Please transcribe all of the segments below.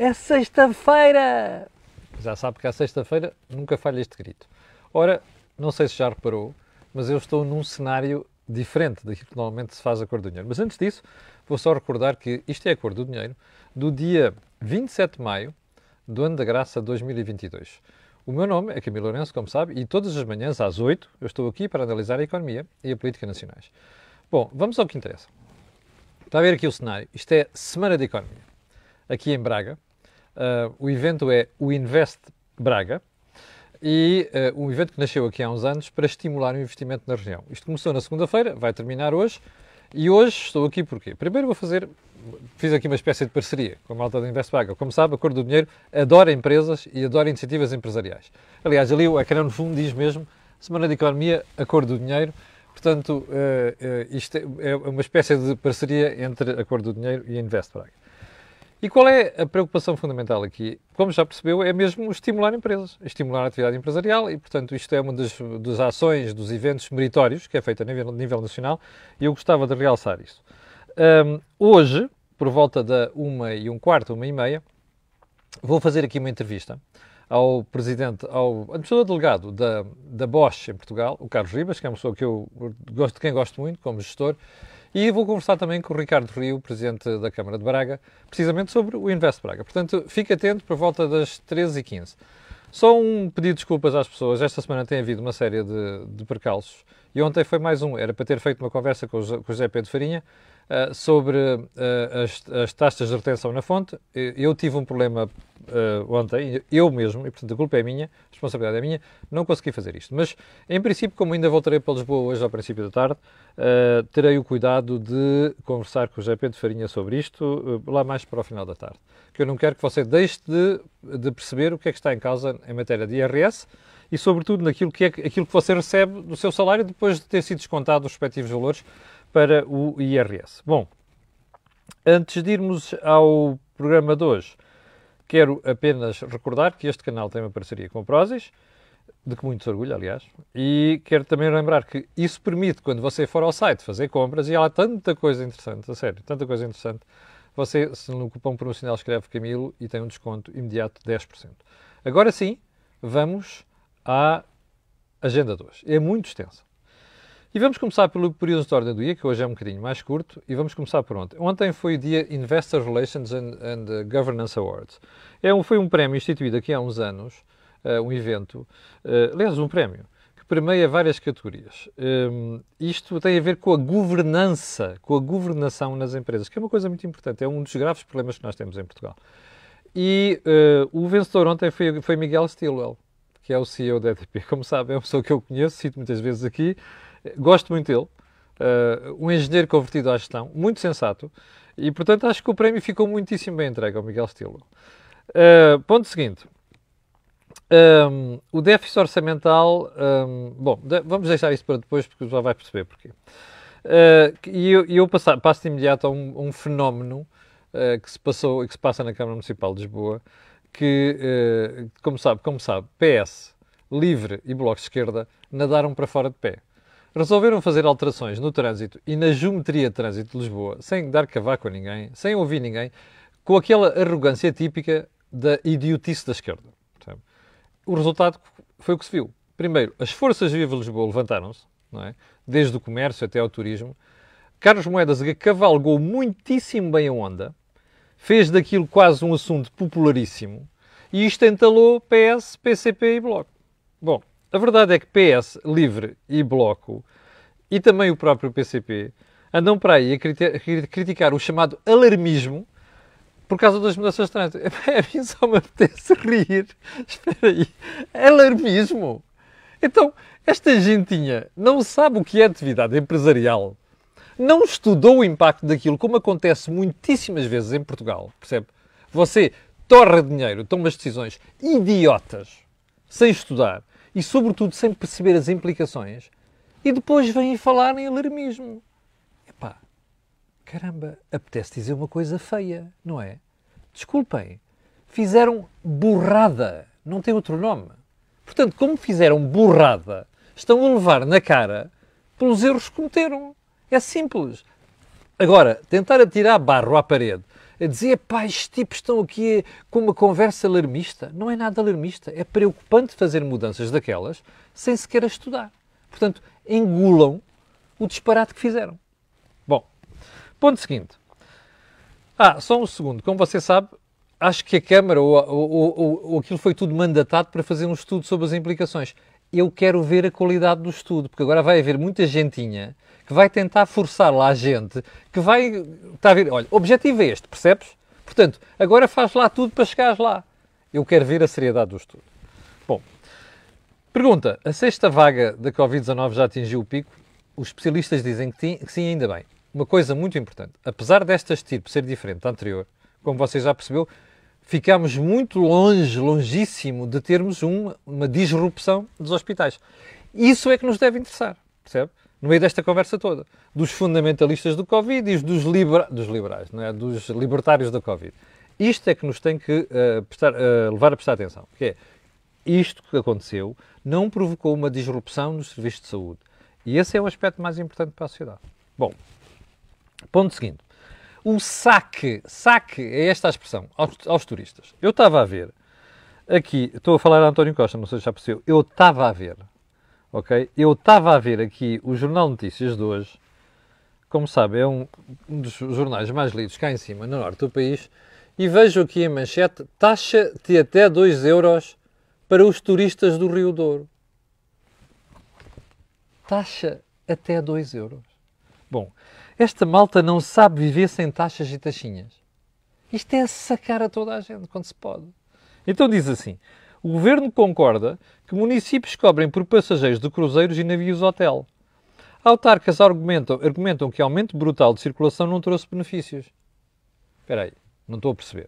É sexta-feira! Já sabe que à sexta-feira nunca falha este grito. Ora, não sei se já reparou, mas eu estou num cenário diferente daquilo que normalmente se faz a Cor do Dinheiro. Mas antes disso, vou só recordar que isto é a Cor do Dinheiro do dia 27 de maio do ano da graça 2022. O meu nome é Camilo Lourenço, como sabe, e todas as manhãs às 8 eu estou aqui para analisar a economia e a política nacionais. Bom, vamos ao que interessa. Está a ver aqui o cenário. Isto é Semana de Economia. Aqui em Braga. O evento é o Invest Braga e um evento que nasceu aqui há uns anos para estimular o investimento na região. Isto começou na segunda-feira, vai terminar hoje e hoje estou aqui porquê? Primeiro fiz aqui uma espécie de parceria com a malta do Invest Braga. Como sabe, a Cor do Dinheiro adora empresas e adora iniciativas empresariais. Aliás, ali o ecrã no fundo diz mesmo Semana de Economia, a Cor do Dinheiro. Portanto, isto é uma espécie de parceria entre a Cor do Dinheiro e a Invest Braga. E qual é a preocupação fundamental aqui? Como já percebeu, é mesmo estimular empresas, estimular a atividade empresarial e, portanto, isto é uma das ações, dos eventos meritórios que é feito a nível nacional e eu gostava de realçar isso. Hoje, por volta da 1h15, 1h30, vou fazer aqui uma entrevista ao presidente, ao administrador delegado da Bosch em Portugal, o Carlos Ribas, que é uma pessoa de quem gosto muito como gestor, e vou conversar também com o Ricardo Rio, presidente da Câmara de Braga, precisamente sobre o Invest Braga. Portanto, fique atento por volta das 13h15. Só um pedido de desculpas às pessoas. Esta semana tem havido uma série de percalços e ontem foi mais um. Era para ter feito uma conversa com o José Pedro Farinha sobre as taxas de retenção na fonte. Eu tive um problema ontem, eu mesmo, e portanto a culpa é minha, a responsabilidade é minha, não consegui fazer isto. Mas, em princípio, como ainda voltarei para Lisboa hoje ao princípio da tarde, terei o cuidado de conversar com o José Pedro Farinha sobre isto lá mais para o final da tarde. Que eu não quero que você deixe de perceber o que é que está em causa em matéria de IRS e, sobretudo, aquilo que você recebe do seu salário depois de ter sido descontado os respectivos valores para o IRS. Bom, antes de irmos ao programa de hoje, quero apenas recordar que este canal tem uma parceria com o Prozis, de que muito orgulho, aliás, e quero também lembrar que isso permite, quando você for ao site, fazer compras, e há tanta coisa interessante, a sério, tanta coisa interessante, você, se no cupom promocional escreve Camilo e tem um desconto imediato de 10%. Agora sim, vamos à agenda de hoje. É muito extensa. E vamos começar pelo período de ordem do dia, que hoje é um bocadinho mais curto, e vamos começar por ontem. Ontem foi o dia Investor Relations and Governance Awards. Foi um prémio instituído aqui há uns anos, um evento, aliás, um prémio, que premia várias categorias. Isto tem a ver com a governança, com a governação nas empresas, que é uma coisa muito importante, é um dos graves problemas que nós temos em Portugal. E o vencedor ontem foi Miguel Stilwell, que é o CEO da EDP. Como sabe, é uma pessoa que eu conheço, cito muitas vezes aqui, gosto muito dele, um engenheiro convertido à gestão, muito sensato, e portanto acho que o prémio ficou muitíssimo bem entregue ao Miguel Stilwell. Ponto seguinte. O déficit orçamental, vamos deixar isso para depois porque já vai perceber porquê. E eu passo de imediato a um fenómeno que se passa na Câmara Municipal de Lisboa, que, como sabe, PS, Livre e Bloco de Esquerda nadaram para fora de pé. Resolveram fazer alterações no trânsito e na geometria de trânsito de Lisboa, sem dar cavaco a ninguém, sem ouvir ninguém, com aquela arrogância típica da idiotice da esquerda. O resultado foi o que se viu. Primeiro, as forças vivas de Lisboa levantaram-se, não é? Desde o comércio até ao turismo. Carlos Moedas cavalgou muitíssimo bem a onda, fez daquilo quase um assunto popularíssimo e isto entalou PS, PCP e Bloco. Bom, a verdade é que PS, Livre e Bloco e também o próprio PCP andam para aí a criticar o chamado alarmismo por causa das mudanças de trânsito. A mim só me apetece rir. Espera aí. Alarmismo? Então, esta gentinha não sabe o que é atividade empresarial, não estudou o impacto daquilo, como acontece muitíssimas vezes em Portugal, percebe? Você torra dinheiro, toma as decisões idiotas, sem estudar e, sobretudo, sem perceber as implicações, e depois vêm falar em alarmismo. Epá, caramba, apetece dizer uma coisa feia, não é? Desculpem, fizeram burrada, não tem outro nome. Portanto, como fizeram burrada, estão a levar na cara pelos erros que cometeram. É simples. Agora, tentar atirar barro à parede a dizer, pá, estes tipos estão aqui com uma conversa alarmista. Não é nada alarmista, é preocupante fazer mudanças daquelas sem sequer a estudar. Portanto, engulam o disparate que fizeram. Bom, ponto seguinte. Só um segundo. Como você sabe, acho que a Câmara ou aquilo foi tudo mandatado para fazer um estudo sobre as implicações. Eu quero ver a qualidade do estudo, porque agora vai haver muita gentinha que vai tentar forçar lá a gente, que vai... Está a ver, olha, o objetivo é este, percebes? Portanto, agora faz lá tudo para chegares lá. Eu quero ver a seriedade do estudo. Bom, pergunta, a sexta vaga da Covid-19 já atingiu o pico? Os especialistas dizem que sim, ainda bem. Uma coisa muito importante, apesar desta estirpe ser diferente da anterior, como você já percebeu, ficámos muito longíssimo de termos uma disrupção dos hospitais. Isso é que nos deve interessar, percebe? No meio desta conversa toda, dos fundamentalistas do Covid e dos liberais, não é? Dos libertários da Covid. Isto é que nos tem que levar a prestar atenção, que é, isto que aconteceu não provocou uma disrupção nos serviços de saúde. E esse é o aspecto mais importante para a sociedade. Bom, ponto seguinte. O saque é esta a expressão, aos turistas. Eu estava a ver, aqui, estou a falar a António Costa, não sei se já percebeu, eu estava a ver, ok? Eu estava a ver aqui o Jornal Notícias de hoje, como sabe, é um dos jornais mais lidos cá em cima, no norte do país, e vejo aqui em manchete, taxa de até 2 euros para os turistas do Rio Douro. Taxa até 2 euros. Bom, esta malta não sabe viver sem taxas e taxinhas. Isto é sacar a toda a gente, quando se pode. Então diz assim, o Governo concorda que municípios cobrem por passageiros de cruzeiros e navios hotel. Autarcas argumentam que aumento brutal de circulação não trouxe benefícios. Espera aí, não estou a perceber.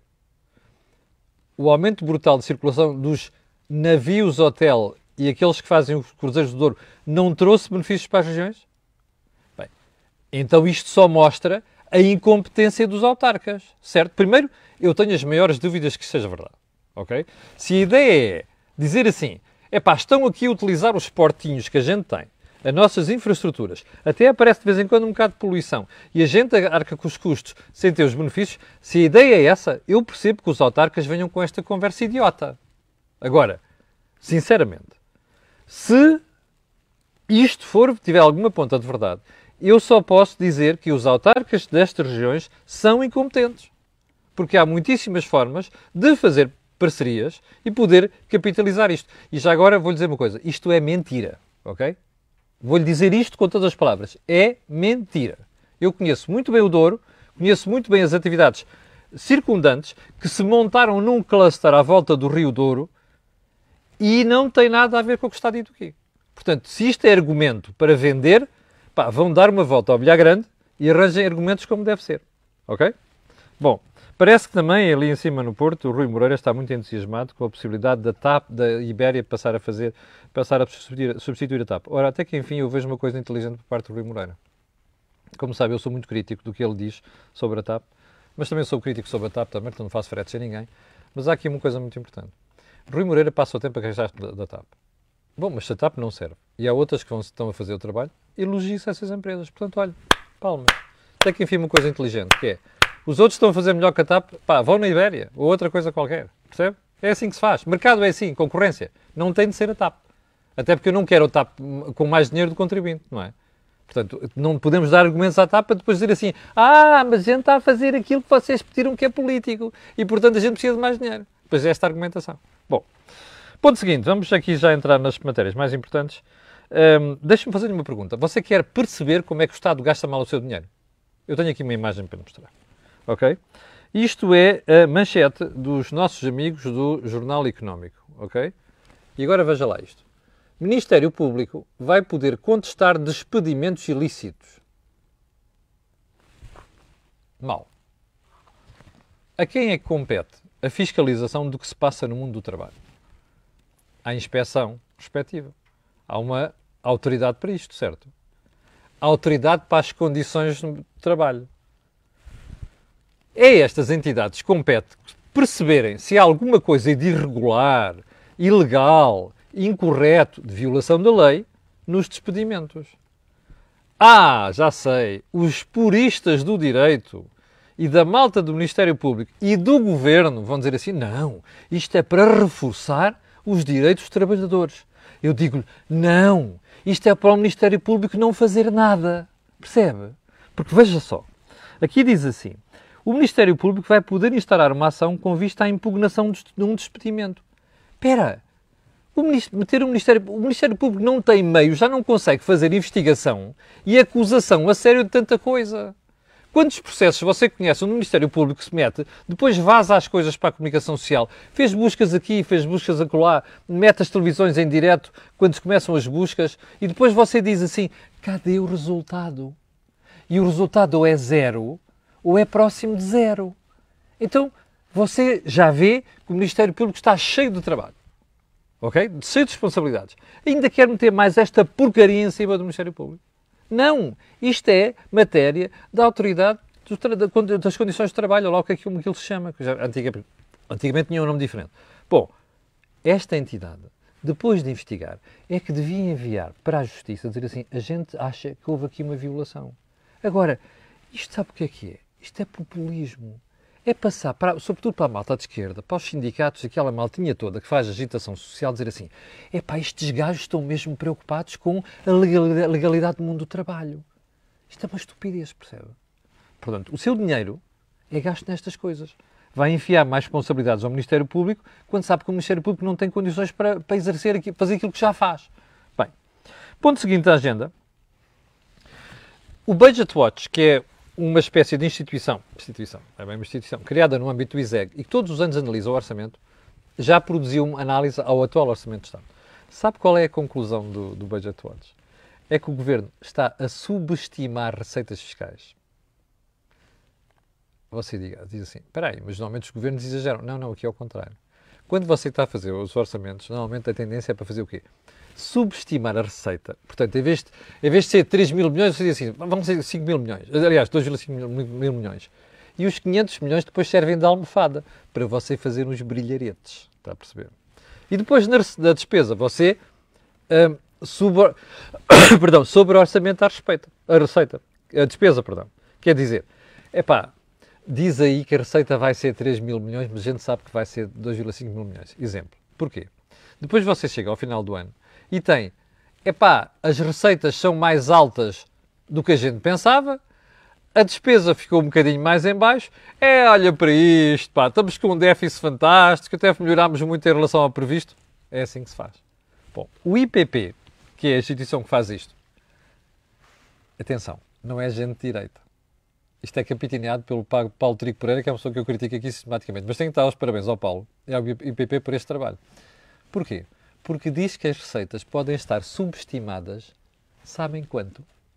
O aumento brutal de circulação dos navios hotel e aqueles que fazem os cruzeiros do Douro não trouxe benefícios para as regiões? Bem, então isto só mostra a incompetência dos autarcas, certo? Primeiro, eu tenho as maiores dúvidas que seja verdade, ok? Se a ideia é dizer assim, estão aqui a utilizar os portinhos que a gente tem, as nossas infraestruturas, até aparece de vez em quando um bocado de poluição, e a gente arca com os custos sem ter os benefícios, se a ideia é essa, eu percebo que os autarcas venham com esta conversa idiota. Agora, sinceramente, se isto tiver alguma ponta de verdade, eu só posso dizer que os autarcas destas regiões são incompetentes. Porque há muitíssimas formas de fazer parcerias e poder capitalizar isto. E já agora vou-lhe dizer uma coisa. Isto é mentira, ok? Vou-lhe dizer isto com todas as palavras. É mentira. Eu conheço muito bem o Douro, conheço muito bem as atividades circundantes que se montaram num cluster à volta do Rio Douro e não tem nada a ver com o que está dito aqui. Portanto, se isto é argumento para vender, vão dar uma volta ao bilhar grande e arranjem argumentos como deve ser. Ok? Bom, parece que também ali em cima no Porto, o Rui Moreira está muito entusiasmado com a possibilidade da TAP, da Ibéria, passar a substituir a TAP. Ora, até que enfim eu vejo uma coisa inteligente por parte do Rui Moreira. Como sabe, eu sou muito crítico do que ele diz sobre a TAP, mas também sou crítico sobre a TAP, também, então não faço fretes a ninguém. Mas há aqui uma coisa muito importante. Rui Moreira passa o tempo a queixar-se da TAP. Bom, mas se a TAP não serve e há outras que estão a fazer o trabalho, elogie-se essas empresas. Portanto, olha, palmas. Até que enfim uma coisa inteligente, que é, os outros estão a fazer melhor que a TAP, vão na Ibéria ou outra coisa qualquer, percebe? É assim que se faz. Mercado é assim, concorrência. Não tem de ser a TAP. Até porque eu não quero a TAP com mais dinheiro do contribuinte, não é? Portanto, não podemos dar argumentos à TAP para depois dizer assim, mas a gente está a fazer aquilo que vocês pediram que é político e, portanto, a gente precisa de mais dinheiro. Depois é esta argumentação. Bom, ponto seguinte, vamos aqui já entrar nas matérias mais importantes. Deixe-me fazer-lhe uma pergunta. Você quer perceber como é que o Estado gasta mal o seu dinheiro? Eu tenho aqui uma imagem para lhe mostrar. Ok? Isto é a manchete dos nossos amigos do Jornal Económico. Ok? E agora veja lá isto. Ministério Público vai poder contestar despedimentos ilícitos. Mal. A quem é que compete a fiscalização do que se passa no mundo do trabalho? À inspeção respectiva. Há uma autoridade para isto, certo? A autoridade para as condições de trabalho. É a estas entidades que compete perceberem se há alguma coisa de irregular, ilegal, incorreto, de violação da lei, nos despedimentos. Já sei, os puristas do direito e da malta do Ministério Público e do Governo vão dizer assim, não, isto é para reforçar os direitos dos trabalhadores. Eu digo-lhe, não, isto é para o Ministério Público não fazer nada. Percebe? Porque veja só, aqui diz assim, o Ministério Público vai poder instaurar uma ação com vista à impugnação de um despedimento. Espera, o Ministério Público não tem meios, já não consegue fazer investigação e acusação a sério de tanta coisa. Quantos processos você conhece onde o Ministério Público se mete, depois vaza as coisas para a comunicação social, fez buscas aqui, fez buscas acolá, mete as televisões em direto quando começam as buscas e depois você diz assim, cadê o resultado? E o resultado ou é zero ou é próximo de zero. Então você já vê que o Ministério Público está cheio de trabalho, ok? Cheio de responsabilidades. Ainda quer meter mais esta porcaria em cima do Ministério Público? Não, isto é matéria da autoridade das condições de trabalho, ou lá o que aquilo se chama, que já, antigamente tinha um nome diferente. Bom, esta entidade, depois de investigar, é que devia enviar para a Justiça, dizer assim, a gente acha que houve aqui uma violação. Agora, isto sabe o que é? Isto é populismo. É passar, sobretudo para a malta de esquerda, para os sindicatos, aquela maltinha toda que faz agitação social, dizer assim, epá, estes gajos estão mesmo preocupados com a legalidade do mundo do trabalho. Isto é uma estupidez, percebe? Portanto, o seu dinheiro é gasto nestas coisas. Vai enfiar mais responsabilidades ao Ministério Público quando sabe que o Ministério Público não tem condições para exercer, fazer aquilo que já faz. Bem, ponto seguinte da agenda. O Budget Watch, que é uma espécie de instituição, é bem uma instituição, criada no âmbito do ISEG e que todos os anos analisa o orçamento, já produziu uma análise ao atual Orçamento de Estado. Sabe qual é a conclusão do Budget Watch? É que o Governo está a subestimar receitas fiscais. Você diz assim, espera aí, mas normalmente os governos exageram. Não, aqui é o contrário. Quando você está a fazer os orçamentos, normalmente a tendência é para fazer o quê? Subestimar a receita. Portanto, em vez de ser 3 mil milhões, você diz assim, vão ser 5 mil milhões. Aliás, 2,5 mil milhões. E os 500 milhões depois servem de almofada para você fazer uns brilharetes. Está a perceber? E depois na despesa, você sobre-orçamenta a receita. A despesa, perdão. Quer dizer, diz aí que a receita vai ser 3 mil milhões, mas a gente sabe que vai ser 2,5 mil milhões. Exemplo. Porquê? Depois você chega ao final do ano e tem, as receitas são mais altas do que a gente pensava, a despesa ficou um bocadinho mais em baixo, olha para isto, estamos com um déficit fantástico, até melhorámos muito em relação ao previsto. É assim que se faz. Bom, o IPP, que é a instituição que faz isto, atenção, não é gente de direita. Isto é capitaneado pelo Paulo Trigo Pereira, que é uma pessoa que eu critico aqui sistematicamente. Mas tenho que dar os parabéns ao Paulo e ao IPP por este trabalho. Porquê? Porque diz que as receitas podem estar subestimadas, sabem quanto?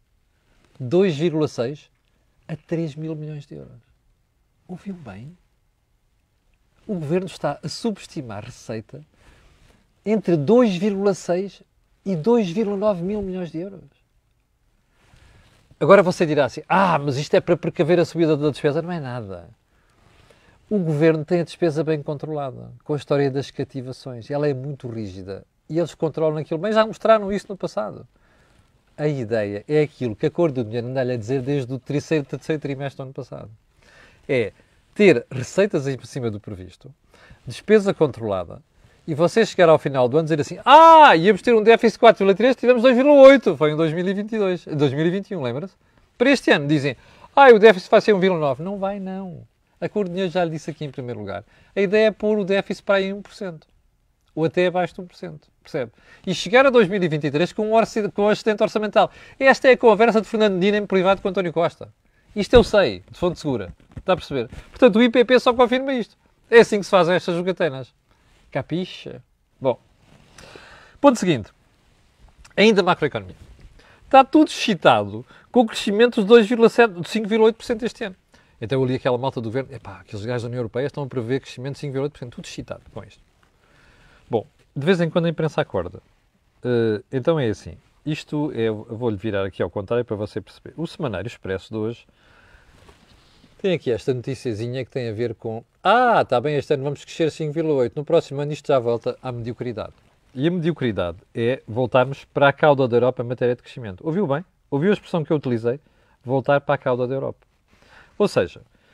2,6 a 3 mil milhões de euros. Ouviu bem? O Governo está a subestimar a receita entre 2,6 e 2,9 mil milhões de euros. Agora você dirá assim, mas isto é para precaver a subida da despesa. Não é nada. O Governo tem a despesa bem controlada, com a história das cativações. Ela é muito rígida e eles controlam aquilo. Mas já mostraram isso no passado. A ideia é aquilo que a Cor do Dinheiro anda-lhe a dizer desde o terceiro trimestre do ano passado. É ter receitas em cima do previsto, despesa controlada, e você chegar ao final do ano e dizer assim, íamos ter um déficit de 4,3, tivemos 2,8, foi em 2021, lembra-se? Para este ano dizem, o déficit vai ser 1,9. Não vai, não. A Cor do Dinheiro já lhe disse aqui em primeiro lugar. A ideia é pôr o déficit para aí 1%. Ou até abaixo de 1%. Percebe? E chegar a 2023 com um excedente orçamental. Esta é a conversa de Fernando Medina em privado com António Costa. Isto eu sei, de fonte segura. Está a perceber? Portanto, o IPP só confirma isto. É assim que se fazem estas jogatinas. Capixa? Bom. Ponto seguinte. Ainda macroeconomia. Está tudo excitado com o crescimento de 5,8% este ano. Então eu li aquela malta do governo, aqueles gajos da União Europeia estão a prever crescimento de 5,8%, tudo excitado com isto. Bom, de vez em quando a imprensa acorda. Então é assim, eu vou-lhe virar aqui ao contrário para você perceber. O Semanário Expresso de hoje tem aqui esta noticiazinha que tem a ver com, está bem, este ano vamos crescer 5,8%, no próximo ano isto já volta à mediocridade. E a mediocridade é voltarmos para a cauda da Europa em matéria de crescimento. Ouviu bem? Ouviu a expressão que eu utilizei? Voltar para a cauda da Europa. Ou seja,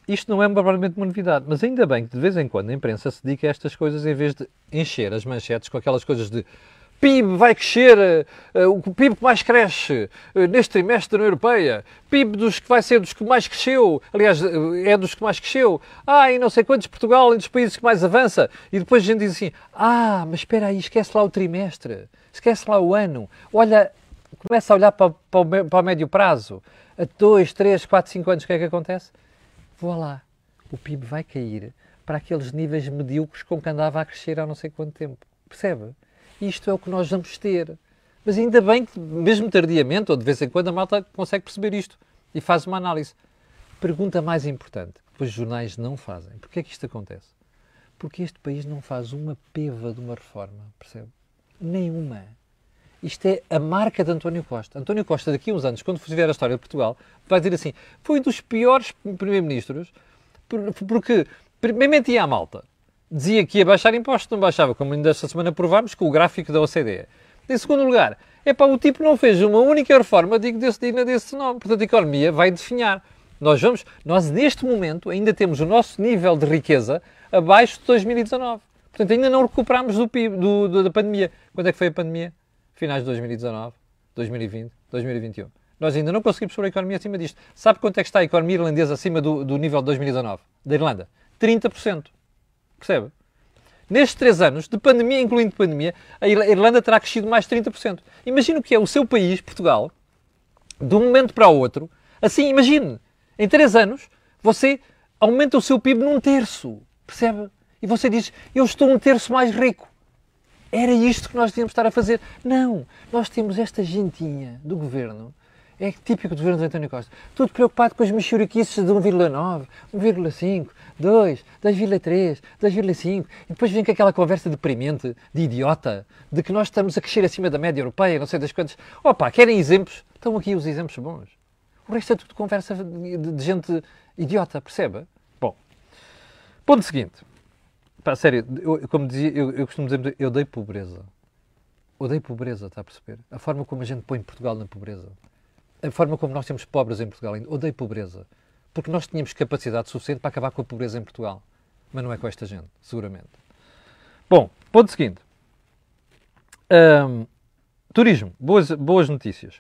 isto não é provavelmente uma novidade, mas ainda bem que de vez em quando a imprensa se dedica a estas coisas em vez de encher as manchetes com aquelas coisas de PIB vai crescer, o PIB que mais cresce neste trimestre da União Europeia, PIB dos que vai ser dos que mais cresceu, aliás, é dos que mais cresceu, e não sei quantos, Portugal é dos países que mais avança, e depois a gente diz assim, mas espera aí, esquece lá o trimestre, esquece lá o ano, olha, começa a olhar para o médio prazo, a 2, 3, 4, 5 anos, o que é que acontece? Vou lá, o PIB vai cair para aqueles níveis medíocres com que andava a crescer há não sei quanto tempo, percebe? Isto é o que nós vamos ter. Mas ainda bem que, mesmo tardiamente, ou de vez em quando, a malta consegue perceber isto e faz uma análise. Pergunta mais importante, que os jornais não fazem. Porquê é que isto acontece? Porque este país não faz uma peva de uma reforma, percebe? Nenhuma. Isto é a marca de António Costa. António Costa, daqui a uns anos, quando for ver a história de Portugal, vai dizer assim, foi um dos piores primeiros-ministros, porque primeiro mentia à malta. Dizia que ia baixar impostos, não baixava, como ainda esta semana provámos, com o gráfico da OCDE. Em segundo lugar, o tipo não fez uma única reforma digna desse nome. Portanto, a economia vai definhar. Nós neste momento ainda temos o nosso nível de riqueza abaixo de 2019. Portanto, ainda não recuperámos do PIB, da pandemia. Quando é que foi a pandemia? Finais de 2019, 2020, 2021. Nós ainda não conseguimos pôr a economia acima disto. Sabe quanto é que está a economia irlandesa acima do nível de 2019? Da Irlanda? 30%. Percebe? Nestes 3 anos, de pandemia, incluindo pandemia, a Irlanda terá crescido mais de 30%. Imagina o que é o seu país, Portugal, de um momento para o outro. Assim, imagine, em 3 anos, você aumenta o seu PIB num terço. Percebe? E você diz, eu estou um terço mais rico. Era isto que nós devíamos estar a fazer. Não, nós temos esta gentinha do governo. É típico do governo de António Costa. Tudo preocupado com as mexeriquices de 1,9, 1,5, 2, 2,3, 2,5. E depois vem com aquela conversa deprimente, de idiota, de que nós estamos a crescer acima da média europeia, não sei das quantas. Querem exemplos? Estão aqui os exemplos bons. O resto é tudo conversa de gente idiota, percebe? Bom, ponto seguinte. Sério, como dizia, eu costumo dizer, eu odeio pobreza. Odeio pobreza, está a perceber? A forma como a gente põe Portugal na pobreza. A forma como nós temos pobres em Portugal ainda. Odeio pobreza. Porque nós tínhamos capacidade suficiente para acabar com a pobreza em Portugal. Mas não é com esta gente, seguramente. Bom, ponto seguinte. Turismo. Boas notícias.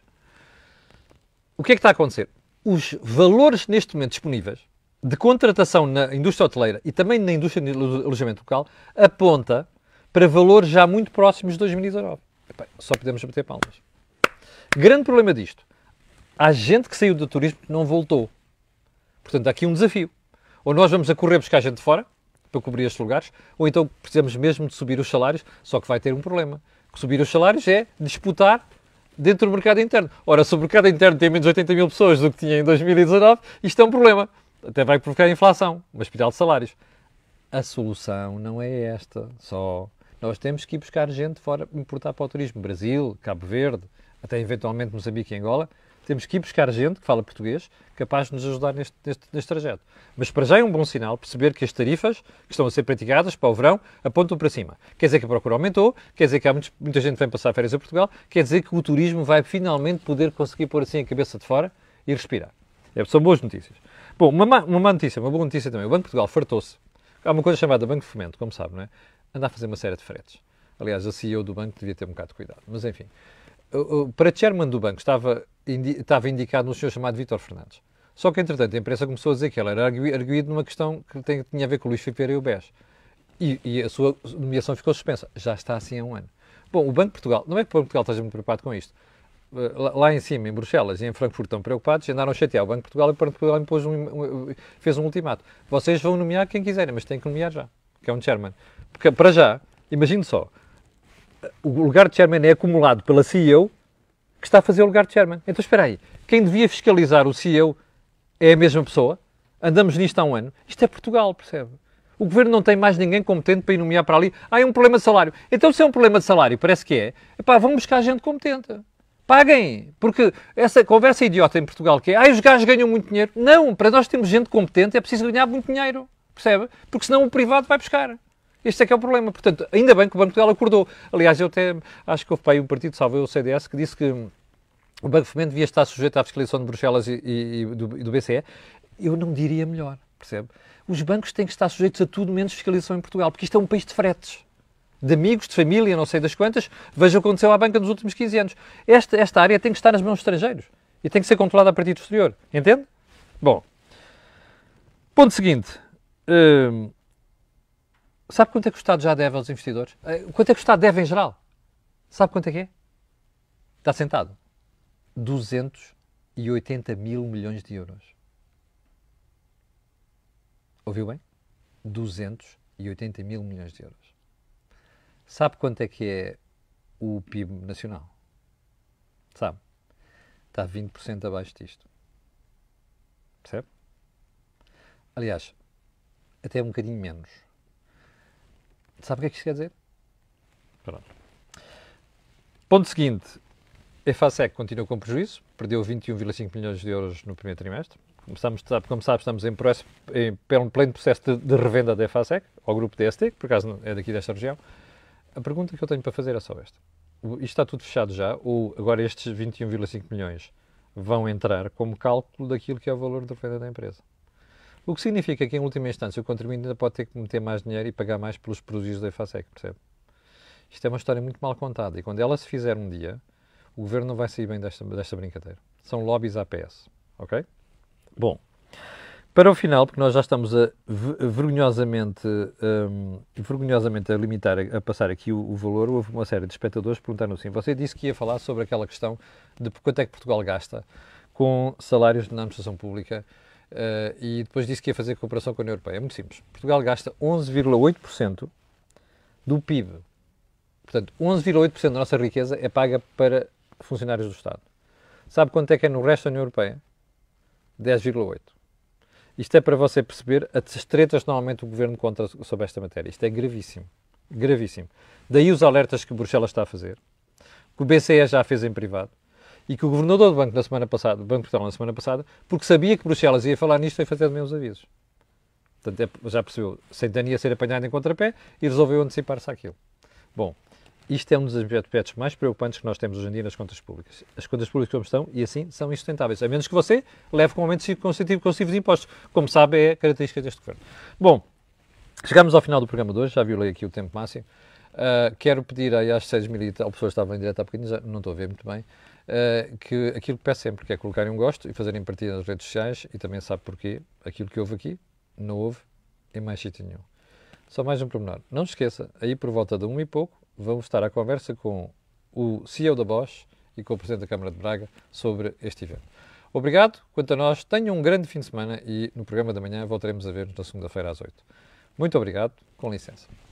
O que é que está a acontecer? Os valores neste momento disponíveis de contratação na indústria hoteleira e também na indústria de alojamento local aponta para valores já muito próximos de 2019. Só podemos bater palmas. Grande problema disto. Há gente que saiu do turismo que não voltou. Portanto, há aqui um desafio. Ou nós vamos a correr buscar gente de fora, para cobrir estes lugares, ou então precisamos mesmo de subir os salários, só que vai ter um problema. Subir os salários é disputar dentro do mercado interno. Ora, se o mercado interno tem menos de 80 mil pessoas do que tinha em 2019, isto é um problema. Até vai provocar inflação, uma espiral de salários. A solução não é esta só. Nós temos que ir buscar gente de fora, importar para o turismo. Brasil, Cabo Verde, até eventualmente Moçambique e Angola. Temos que ir buscar gente que fala português, capaz de nos ajudar neste trajeto. Mas para já é um bom sinal perceber que as tarifas que estão a ser praticadas para o verão apontam para cima. Quer dizer que a procura aumentou, quer dizer que há muita gente que vem passar férias a Portugal, quer dizer que o turismo vai finalmente poder conseguir pôr assim a cabeça de fora e respirar. São boas notícias. Bom, uma má notícia, uma boa notícia também. O Banco de Portugal fartou-se. Há uma coisa chamada Banco de Fomento, como sabe, não é? Anda a fazer uma série de fretes. Aliás, a CEO do banco devia ter um bocado de cuidado. Mas enfim, para chairman do banco estava indicado um senhor chamado Vítor Fernandes. Só que, entretanto, a imprensa começou a dizer que ele era arguido numa questão que tinha a ver com o Luís Filipe e o BES. E a sua nomeação ficou suspensa. Já está assim há um ano. Bom, o Banco de Portugal, não é que o Banco de Portugal esteja muito preocupado com isto. Lá em cima, em Bruxelas e em Frankfurt, estão preocupados, andaram a chatear o Banco de Portugal e o Banco de Portugal fez um ultimato. Vocês vão nomear quem quiserem, mas têm que nomear já, que é um chairman. Porque, para já, imagine só, o lugar de chairman é acumulado pela CEO que está a fazer o lugar de chairman. Então, espera aí, quem devia fiscalizar o CEO é a mesma pessoa? Andamos nisto há um ano. Isto é Portugal, percebe? O governo não tem mais ninguém competente para ir nomear para ali. É um problema de salário. Então, se é um problema de salário, parece que é, vão buscar gente competente. Paguem, porque essa conversa idiota em Portugal que é os gajos ganham muito dinheiro. Não, para nós termos gente competente é preciso ganhar muito dinheiro, percebe? Porque senão o privado vai buscar. Este é que é o problema. Portanto, ainda bem que o Banco de Portugal acordou. Aliás, eu até acho que houve para aí um partido, salvo eu, o CDS, que disse que o Banco de Fomento devia estar sujeito à fiscalização de Bruxelas e do BCE. Eu não diria melhor. percebe? Os bancos têm que estar sujeitos a tudo menos fiscalização em Portugal, porque isto é um país de fretes. De amigos, de família, não sei das quantas. Veja o que aconteceu à banca nos últimos 15 anos. Esta área tem que estar nas mãos de estrangeiros e tem que ser controlada a partir do exterior. Entende? Bom, ponto seguinte. Sabe quanto é que o Estado já deve aos investidores? Quanto é que o Estado deve em geral? Sabe quanto é que é? Está sentado. 280 mil milhões de euros. Ouviu bem? 280 mil milhões de euros. Sabe quanto é que é o PIB nacional? Sabe? Está 20% abaixo disto. Percebe? Aliás, até um bocadinho menos. Sabe o que é que isto quer dizer? Pronto. Ponto seguinte. A EFASEC continua com prejuízo, perdeu 21,5 milhões de euros no primeiro trimestre. Como sabe, estamos em pleno processo de revenda da EFASEC, ao grupo DST, que por acaso é daqui desta região. A pergunta que eu tenho para fazer é só esta. Isto está tudo fechado já, ou agora estes 21,5 milhões vão entrar como cálculo daquilo que é o valor da revenda da empresa? O que significa que, em última instância, o contribuinte ainda pode ter que meter mais dinheiro e pagar mais pelos prejuízos da EFASEC, percebe? Isto é uma história muito mal contada e quando ela se fizer um dia, o Governo não vai sair bem desta brincadeira. São lobbies APS, ok? Bom, para o final, porque nós já estamos vergonhosamente a passar aqui o valor, houve uma série de espectadores que perguntaram assim, você disse que ia falar sobre aquela questão de quanto é que Portugal gasta com salários na administração pública e depois disse que ia fazer cooperação com a União Europeia. É muito simples. Portugal gasta 11,8% do PIB. Portanto, 11,8% da nossa riqueza é paga para funcionários do Estado. Sabe quanto é que é no resto da União Europeia? 10,8%. Isto é para você perceber as tretas que normalmente o Governo conta sobre esta matéria. Isto é gravíssimo. Gravíssimo. Daí os alertas que Bruxelas está a fazer, que o BCE já fez em privado e que o Governador do Banco da semana passada, do Banco de Portugal na semana passada, porque sabia que Bruxelas ia falar nisto, foi fazer também os avisos. Portanto, já percebeu, Centeno ia ser apanhado em contrapé e resolveu antecipar-se àquilo. Bom, isto é um dos aspectos mais preocupantes que nós temos hoje em dia nas contas públicas. As contas públicas como estão, e assim, são insustentáveis. A menos que você leve com aumentos consecutivos de impostos. Como sabe, é característica deste governo. Bom, chegamos ao final do programa de hoje. Já violei aqui o tempo máximo. Quero pedir aí às 6 mil e tal pessoas que estavam em direto há bocadinho, já não estou a ver muito bem, que aquilo que peço sempre, que é colocarem um gosto e fazerem partida nas redes sociais, e também sabe porquê. Aquilo que houve aqui, não houve em mais sítio nenhum. Só mais um pormenor. Não se esqueça, aí por volta de 1 e pouco, vamos estar à conversa com o CEO da Bosch e com o Presidente da Câmara de Braga sobre este evento. Obrigado. Quanto a nós, tenham um grande fim de semana e no programa da manhã voltaremos a ver-nos na segunda-feira às 8. Muito obrigado. Com licença.